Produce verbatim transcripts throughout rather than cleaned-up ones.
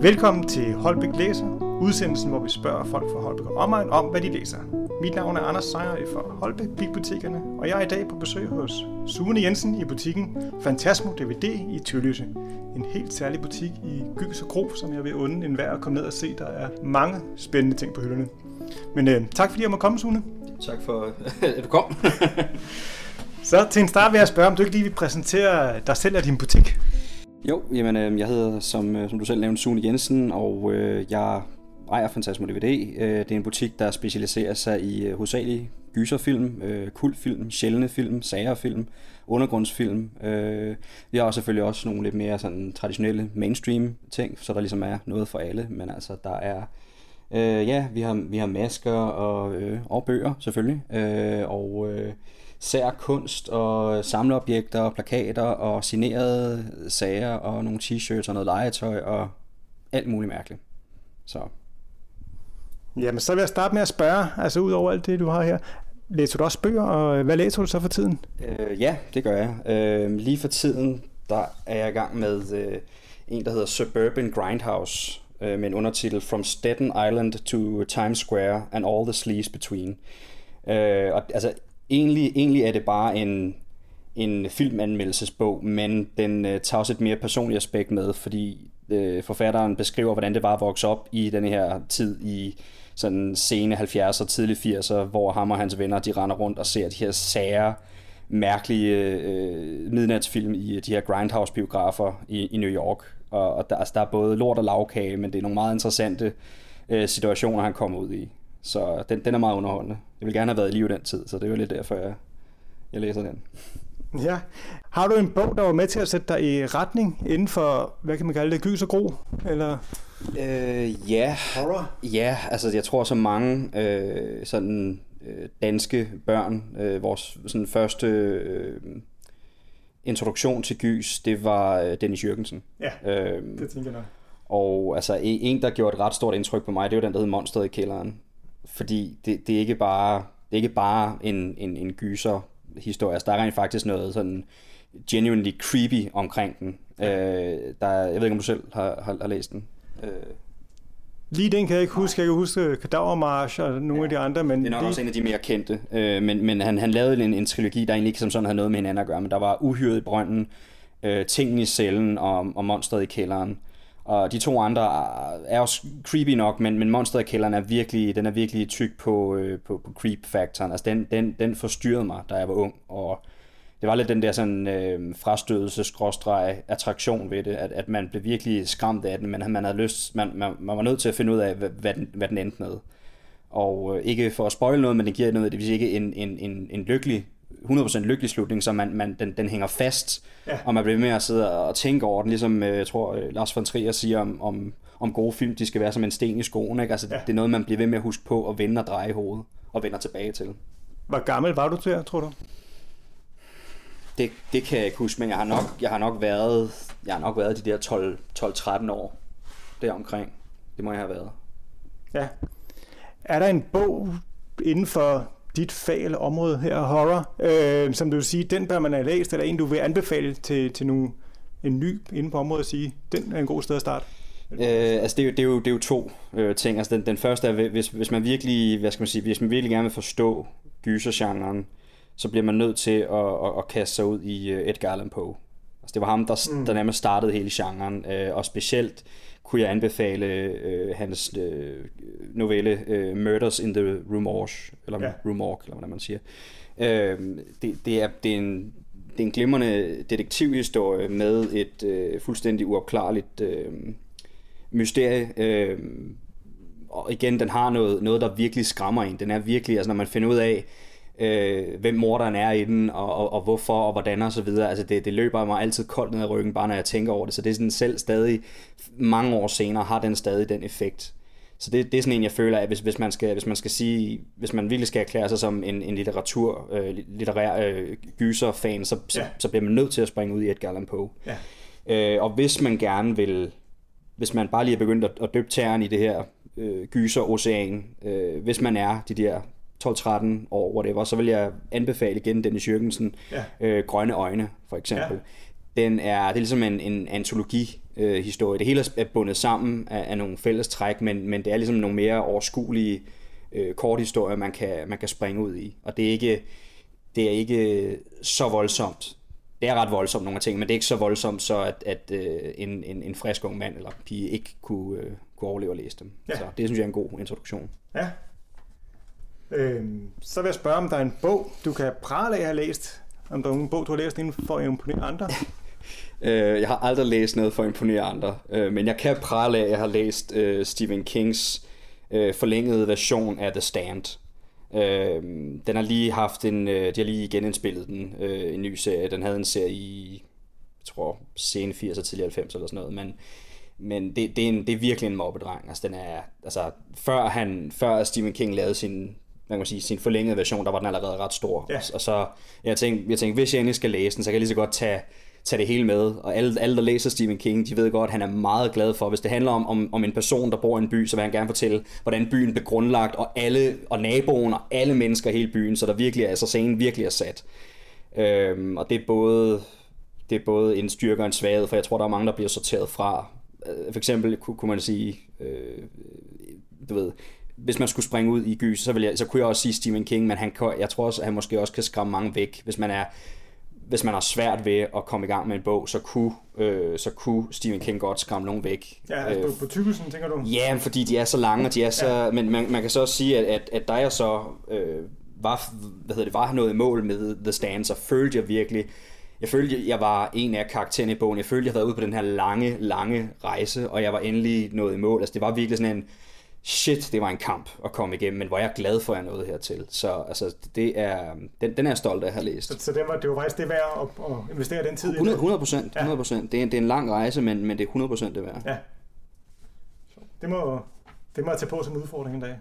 Velkommen til Holbæk Læser, udsendelsen, hvor vi spørger folk fra Holbæk og omegn om, hvad de læser. Mit navn er Anders Sejerø fra Holbæk Bibliotekerne, og jeg er i dag på besøg hos Sune Jensen i butikken Fantasmo D V D i Tølløse. En helt særlig butik i Gys og Kro, som jeg vil unde enhver at komme ned og se. Der er mange spændende ting på hylderne. Men øh, tak fordi jeg må komme, Sune. Tak for, at du kom. Så til en start vil jeg spørge, om du ikke lige vil præsentere dig selv og din butik. Jo, jamen, øh, jeg hedder, som, øh, som du selv nævnte, Sune Jensen, og øh, jeg ejer Fantasmo D V D. Øh, det er en butik, der specialiserer sig i øh, hovedsageligt gyserfilm, øh, kultfilm, sjældne film, sagerfilm, undergrundsfilm. Øh, vi har selvfølgelig også nogle lidt mere sådan, traditionelle mainstream ting, så der ligesom er noget for alle, men altså der er... Øh, ja, vi har, vi har masker og, øh, og bøger selvfølgelig, øh, og øh, sær kunst og samleobjekter og plakater og signerede sager og nogle t-shirts og noget legetøj og alt muligt mærkeligt. Så. Jamen, så vil jeg starte med at spørge, altså ud over alt det, du har her, læser du også bøger, og hvad læser du så for tiden? Øh, ja, det gør jeg. Øh, lige for tiden, der er jeg i gang med øh, en, der hedder Suburban Grindhouse, med en undertitel From Staten Island to Times Square and All the Sleaze Between. Øh, og altså, egentlig, egentlig er det bare en, en filmanmeldelsesbog, men den øh, tager også et mere personligt aspekt med, fordi øh, forfatteren beskriver, hvordan det var at vokse op i den her tid i sådan sene halvfjerdser, tidlige firser, hvor ham og hans venner, de render rundt og ser de her sære, mærkelige øh, midnatsfilm i de her Grindhouse-biografer i, i New York. Og, og der, altså, der er både lort og lavkage, men det er nogle meget interessante øh, situationer, han kommer ud i. Så den, den er meget underholdende. Jeg vil gerne have været i live den tid, så det er jo lidt derfor, jeg, jeg læser den. Ja. Har du en bog, der var med til at sætte dig i retning inden for, hvad kan man kalde det, gys og gro? Eller? Øh, ja. Horror? Ja, altså jeg tror så mange øh, sådan øh, danske børn, øh, vores sådan første... Øh, introduktion til gys, det var Dennis Jürgensen. Ja, øhm, det tænker jeg nok. Og altså en, der gjorde et ret stort indtryk på mig, det var den, der hed Monsteret i kælderen. Fordi det, det er ikke bare, det er ikke bare en, en, en gyser-historie. Altså, der er rent faktisk noget sådan genuinely creepy omkring den. Ja. Øh, der, jeg ved ikke, om du selv har, har, har læst den. Øh. Lige den kan jeg ikke huske. Jeg kan huske Kadavermarch og nogle ja. af de andre. Men det er nok det... også en af de mere kendte. Øh, men men han, han lavede en, en trilogi, der egentlig ikke som sådan havde noget med hinanden at gøre. Men der var Uhyret i brønden, øh, Tingen i cellen og, og Monsteret i kælderen. Og de to andre er også creepy nok, men, men Monsteret i kælderen er virkelig, den er virkelig tyk på, øh, på, på creep-faktoren. Altså den, den, den forstyrrede mig, da jeg var ung. Og det var lidt den der sådan øh, frastødelse-attraktion ved det, at, at man blev virkelig skræmt af den, men man havde lyst, man, man, man var nødt til at finde ud af, hvad, hvad, den, hvad den endte med. Og øh, ikke for at spoile noget, men det giver noget, det vil sige ikke en, en, en, en lykkelig, hundrede procent lykkelig slutning, så man, man, den, den hænger fast, ja. Og man bliver med at sidde og tænke over den, ligesom øh, jeg tror øh, Lars von Trier siger om, om, om gode film, de skal være som en sten i skoen, ikke? Altså, ja. Det er noget, man bliver ved med at huske på og vende og dreje i hovedet, og vender tilbage til. Hvor gammel var du til, tror du? Det, det kan jeg ikke huske, men jeg har nok, jeg har nok været, jeg har nok været de der tolv tretten år deromkring. Det må jeg have været. Ja. Er der en bog inden for dit fag eller område her, horror, øh, som du vil sige, den bør man have læst, eller en du vil anbefale til, til nu, en ny inden på området at sige, den er en god sted at starte? Øh, altså det er jo, det er jo, det er jo to øh, ting. Altså den, den første er, hvis, hvis man virkelig, hvad skal man sige, hvis man virkelig gerne vil forstå gysergenren, så bliver man nødt til at, at, at kaste sig ud i Edgar Allan Poe. Altså det var ham, der, mm. der nærmest startede hele genren, øh, og specielt kunne jeg anbefale øh, hans øh, novelle øh, Murders in the Rue Morgue, eller yeah. Rue Morgue, eller hvordan man siger. Øh, det, det, er, det, er en, det er en glimrende detektivhistorie med et øh, fuldstændig uopklarligt øh, mysterie. Øh, og igen, den har noget, noget, der virkelig skræmmer en. Den er virkelig, altså når man finder ud af, Øh, hvem morderen er i den, og, og, og hvorfor, og hvordan, og så videre. Altså det, det løber mig altid koldt ned ad ryggen, bare når jeg tænker over det. Så det er sådan selv stadig, mange år senere, har den stadig den effekt. Så det, det er sådan en, jeg føler, at hvis, hvis, man skal, hvis man skal sige, hvis man virkelig skal erklære sig som en, en litteratur, øh, litterær øh, gyser-fan, så, så, ja. så bliver man nødt til at springe ud i Edgar Allan Poe. Ja. Øh, og hvis man gerne vil, hvis man bare lige er begyndt at, at døbe tæren i det her øh, gyser-ocean, øh, hvis man er de der tolv tretten år, whatever, så vil jeg anbefale igen Dennis Jürgensen, ja. øh, Grønne øjne, for eksempel. Ja. Den er, det er ligesom en, en antologi øh, historie. Det hele er bundet sammen af, af nogle fælles træk, men, men det er ligesom nogle mere overskuelige øh, korthistorier, man kan, man kan springe ud i. Og det er ikke, det er ikke så voldsomt. Det er ret voldsomt nogle af ting, men det er ikke så voldsomt, så at, at øh, en, en, en frisk ung mand eller pige ikke kunne, øh, kunne overleve at læse dem. Ja. Så det synes jeg er en god introduktion. Ja. Øhm, så vil jeg spørge, om der er en bog, du kan prale af at have læst. Om der er en bog, du har læst inden for at imponere andre. øh, jeg har aldrig læst noget for at imponere andre, øh, men jeg kan prale af at jeg har læst øh, Stephen Kings øh, forlængede version af The Stand. Øh, den har lige haft en, øh, de har lige genindspillet den, øh, en ny serie. Den havde en serie i, jeg tror, sene firserne, tidlig halvfemser eller sådan noget, men, men det, det, er en, det er virkelig en mobbedreng. Altså, den er, altså, før, han, før Stephen King lavede sin, man kan sige, sin forlængede version, der var den allerede ret stor. Ja. Og, og så, jeg tænkte, jeg tænkte, hvis jeg endelig skal læse den, så kan jeg lige så godt tage, tage det hele med. Og alle, alle, der læser Stephen King, de ved godt, at han er meget glad for, hvis det handler om, om, om en person, der bor i en by, så vil han gerne fortælle, hvordan byen blev grundlagt, og alle, og naboen, og alle mennesker i hele byen, så der virkelig er, altså scenen virkelig er sat. Øhm, og det er både, det er både en styrke og en svaghed, for jeg tror, der er mange, der bliver sorteret fra. For eksempel kunne man sige, øh, du ved, hvis man skulle springe ud i gys, så, ville jeg, så kunne jeg også sige Stephen King, men han, jeg tror også, at han måske også kan skræmme mange væk, hvis man er hvis man har svært ved at komme i gang med en bog, så kunne, øh, så kunne Stephen King godt skræmme nogen væk. Ja, altså på, på tykkelsen, tænker du? Ja, fordi de er så lange, og de er så... Ja. Men man, man kan så også sige, at, at, at da jeg så øh, var, hvad hedder det, var noget i mål med The Stand, så følte jeg virkelig... Jeg følte, jeg var en af karaktererne i bogen. Jeg følte, jeg havde været ude på den her lange, lange rejse, og jeg var endelig nået i mål. Altså, det var virkelig sådan en... Shit, det var en kamp at komme igennem, men hvor jeg er glad for, at jeg nåede hertil. Så altså, det er, den, den er jeg stolt af at have læst. Så, så det, var, det var faktisk det værd at, at investere den tid i? hundrede procent. hundrede procent. Det, er, det er en lang rejse, men, men det er hundrede procent det værd. Ja. Det må, det må jeg tage på som udfordring en dag.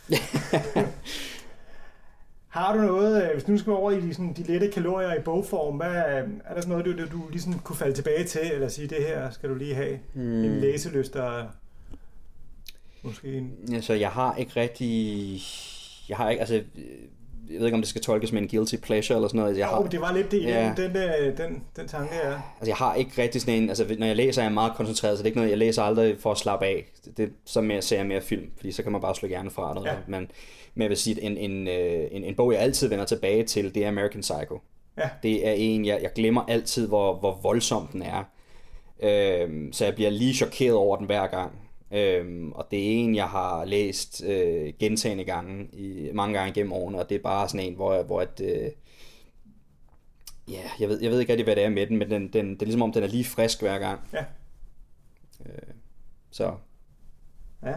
Har du noget, hvis nu skal over i de, sådan, de lette kalorier i bogform, hvad, er der sådan noget, du, du ligesom kunne falde tilbage til, eller sige, det her skal du lige have? Hmm. En læselyst, der... Måske en... Altså, jeg har ikke rigtig... Jeg har ikke, altså... Jeg ved ikke, om det skal tolkes med en guilty pleasure eller sådan noget. Jeg har... Jo, det var lidt det, ja. den, den, den, den tanke, ja. Altså, jeg har ikke rigtig sådan en... Altså, når jeg læser, er jeg meget koncentreret, så det er ikke noget, jeg læser aldrig for at slappe af. Det, det så mere, ser jeg mere film, fordi så kan man bare slå hjernen fra noget. Ja. Men, men jeg vil sige, en, en, en, en bog, jeg altid vender tilbage til, det er American Psycho. Ja. Det er en, jeg, jeg glemmer altid, hvor, hvor voldsom den er. Øhm, så jeg bliver lige chokeret over den hver gang. Øhm, og det er en, jeg har læst øh, gentagne gange, i, mange gange gennem årene, og det er bare sådan en, hvor, hvor at, øh, ja, jeg ved, jeg ved ikke rigtig, hvad det er med den, men den, den, det er ligesom om, den er lige frisk hver gang. Ja. Øh, så. Ja.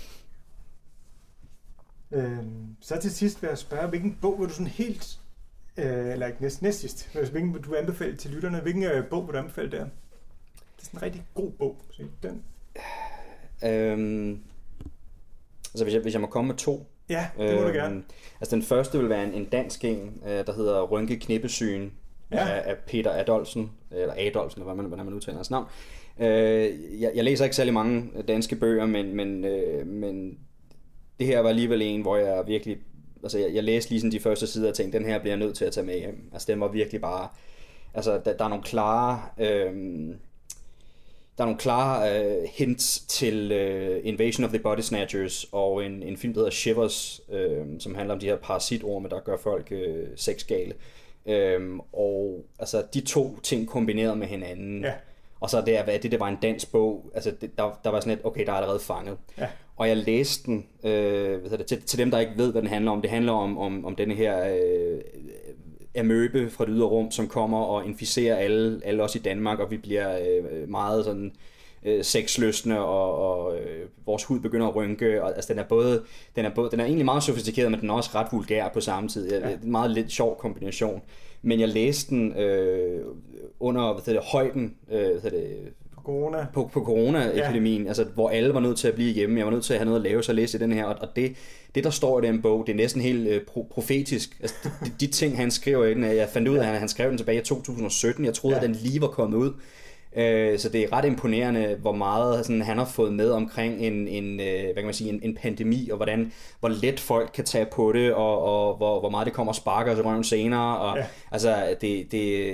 Øhm, så til sidst vil jeg spørge, hvilken bog vil du sådan helt, øh, eller ikke næst, næst sidst, hvilken vil du anbefale til lytterne? Hvilken øh, bog vil du anbefale der? Det er sådan en rigtig god bog, så den... Øhm, altså hvis jeg, hvis jeg må komme med to. Ja, det må øhm, du gerne. Altså den første vil være en, en dansk en, øh, der hedder Rynke Knippesyn, ja. af, af Peter Adolfsen, eller Adolfsen, eller hvordan man, man udtaler hans navn. Øh, jeg, jeg læser ikke særlig mange danske bøger, men, men, øh, men det her var alligevel en, hvor jeg virkelig, altså jeg, jeg læste lige sådan de første sider og tænkte, den her bliver jeg nødt til at tage med hjem. Altså den var virkelig bare, altså der, der er nogle klare... Øh, Der er nogle klare uh, hints til uh, Invasion of the Body Snatchers og en, en film, der hedder Shivers, uh, som handler om de her parasitorme, der gør folk uh, sexgale. Um, og altså de to ting kombineret med hinanden. Ja. Og så det, det, det var en dansk bog, altså det, der, der var sådan et, okay, der er allerede fanget. Ja. Og jeg læste den, øh, hvad det, til, til dem, der ikke ved, hvad den handler om. Det handler om, om, om denne her... Øh, amøbe fra det ydre rum, som kommer og inficerer alle, alle os i Danmark, og vi bliver øh, meget sådan øh, sexlystne, og, og øh, vores hud begynder at rynke, og altså den er både, den er både, den er egentlig meget sofistikeret, men den er også ret vulgær på samme tid. Ja. Det er en meget lidt sjov kombination. Men jeg læste den øh, under, hvad hedder det, højden, øh, hvad hedder det, Corona. På, på coronaepidemien, ja. Altså hvor alle var nødt til at blive hjemme, jeg var nødt til at have noget at lave, så læste jeg den her, og, og det, det der står i den bog, det er næsten helt øh, pro- profetisk. Altså de, de ting han skriver i den, jeg fandt ud af, at han, han skrev den tilbage i to tusind og sytten, jeg troede, ja. At den lige var kommet ud. Øh, så det er ret imponerende, hvor meget sådan, han har fået med omkring en, en, øh, hvad kan man sige, en, en pandemi, og hvordan, hvor let folk kan tage på det, og, og hvor, hvor meget det kommer og sparker sig rundt senere, og ja. Altså det, det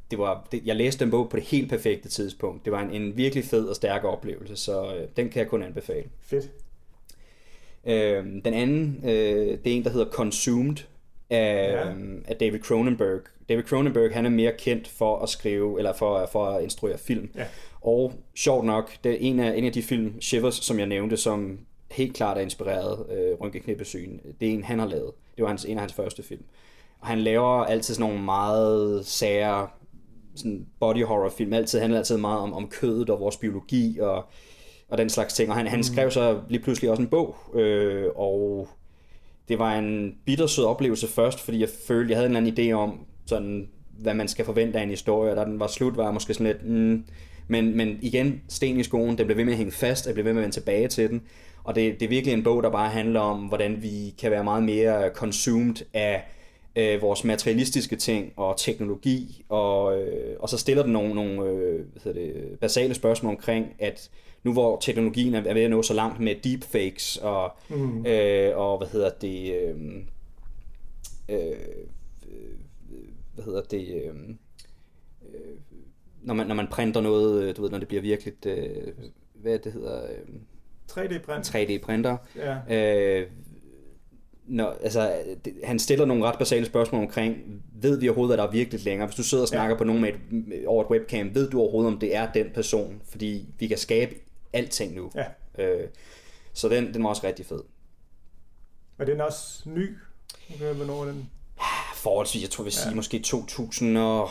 det var, det, jeg læste den bog på det helt perfekte tidspunkt. Det var en, en virkelig fed og stærk oplevelse, så øh, den kan jeg kun anbefale. Fedt. Øh, den anden, øh, det er en, der hedder Consumed af, ja. af David Cronenberg. David Cronenberg, han er mere kendt for at skrive, eller for, for at instruere film. Ja. Og sjovt nok, det er en af, en af de film, Shivers, som jeg nævnte, som helt klart er inspireret øh, Rynkeknippesyn. Det er en, han har lavet. Det var hans, en af hans første film. Og han laver altid sådan nogle meget sære sådan body horror film. Altid handler altid meget om, om kødet og vores biologi og, og den slags ting. Og han, han skrev så lige pludselig også en bog, øh, og det var en bittersød oplevelse først, fordi jeg følte, jeg havde en eller anden idé om, sådan, hvad man skal forvente af en historie, og da den var slut, var jeg måske sådan lidt, mm, men, men igen, sten i skoen, den blev ved med at hænge fast, jeg blev ved med at vende tilbage til den, og det, det er virkelig en bog, der bare handler om, hvordan vi kan være meget mere consumed af øh, vores materialistiske ting og teknologi, og, øh, og så stiller den nogle, nogle øh, hvad hedder det, basale spørgsmål omkring, at nu hvor teknologien er ved at nå så langt med deepfakes og, mm. øh, og hvad hedder det, øh, øh, hvad hedder det, øh, når man når man printer noget, du ved, når det bliver virkelig, øh, hvad det hedder, øh, tre D-printer. tre D-printer. Ja. Øh, når, altså, det, han stiller nogle ret basale spørgsmål omkring, ved vi overhovedet, at der er virkelig længere? Hvis du sidder og snakker ja. på nogen med et, over et webcam, ved du overhovedet, om det er den person? Fordi vi kan skabe alting nu. Ja. Øh, så den, den var også rigtig fed. Er den også ny? Okay, hvornår er den? Forholdsvis, jeg tror, vi vil sige, ja. måske to tusind og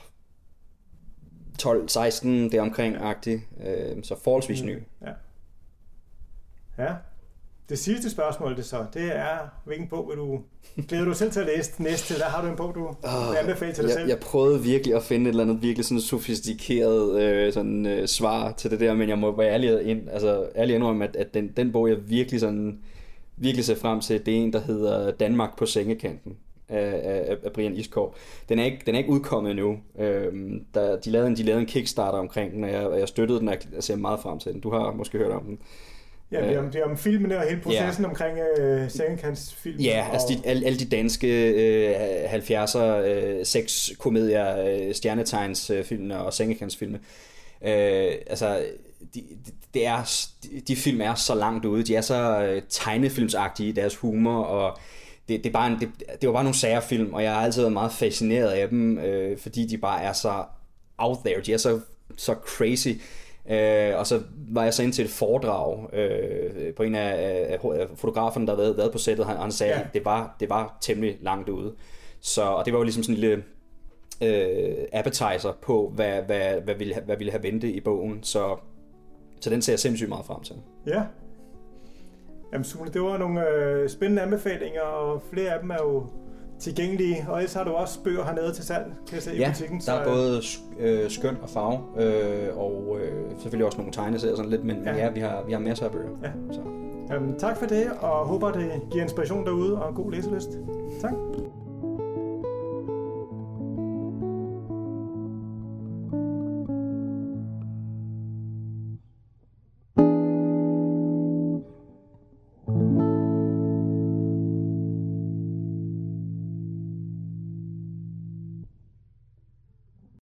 tolv seksten, det er omkring-agtigt. Øh, så forholdsvis ny. Ja. Ja. Det sidste spørgsmål, det så, det er, hvilken bog vil du, glæder du selv til at læse den næste? Der har du en bog, du vil anbefale til dig jeg, selv. Jeg prøvede virkelig at finde et eller andet virkelig sådan sofistikeret øh, sådan, øh, svar til det der, men jeg må være ærlig, ind, altså, ærlig indrømme, at, at den, den bog, jeg virkelig, sådan, virkelig ser frem til, det er en, der hedder Danmark på sengekanten af, af, af Brian Iskov. Den er ikke, den er ikke udkommet endnu. Øhm, der, de, lavede en, de lavede en Kickstarter omkring den, og jeg, og jeg støttede den, og jeg ser meget frem til den. Du har måske hørt om den. Ja, det er om, det er om filmen og hele processen yeah. omkring øh, sengekantsfilmen. Ja, yeah, og... altså de, alle, alle de danske øh, halvfjerdser øh, sexkomedier, øh, stjernetegnsfilmene og sengekantsfilme. Øh, altså, de, de, det er, de, de film er så langt ude. De er så øh, tegnefilmsagtige i deres humor, og det, det, er bare en, det, det var bare nogle sære film, og jeg har altid været meget fascineret af dem, øh, fordi de bare er så out there. De er så, så crazy. Øh, og så var jeg så ind til et foredrag øh, på en af, af, af fotograferne, der havde været på sættet. Han, han sagde, ja. at det var, det var temmelig langt ude. Så, og det var jo ligesom sådan en lille øh, appetizer på, hvad, hvad, hvad, ville, hvad ville have ventet i bogen. Så, så den ser jeg sindssygt meget frem til. Ja. Jamen Sune, det var nogle øh, spændende anbefalinger, og flere af dem er jo tilgængelige, og ellers har du også bøger hernede til salg, kan jeg se, ja, i butikken. Så, der er både øh, skøn og farve, øh, og øh, selvfølgelig også nogle tegneserier sådan lidt, men ja, ja vi, har, vi har masser af bøger. Ja. Så. Jamen, tak for det, og håber, det giver inspiration derude, og en god læselyst. Tak.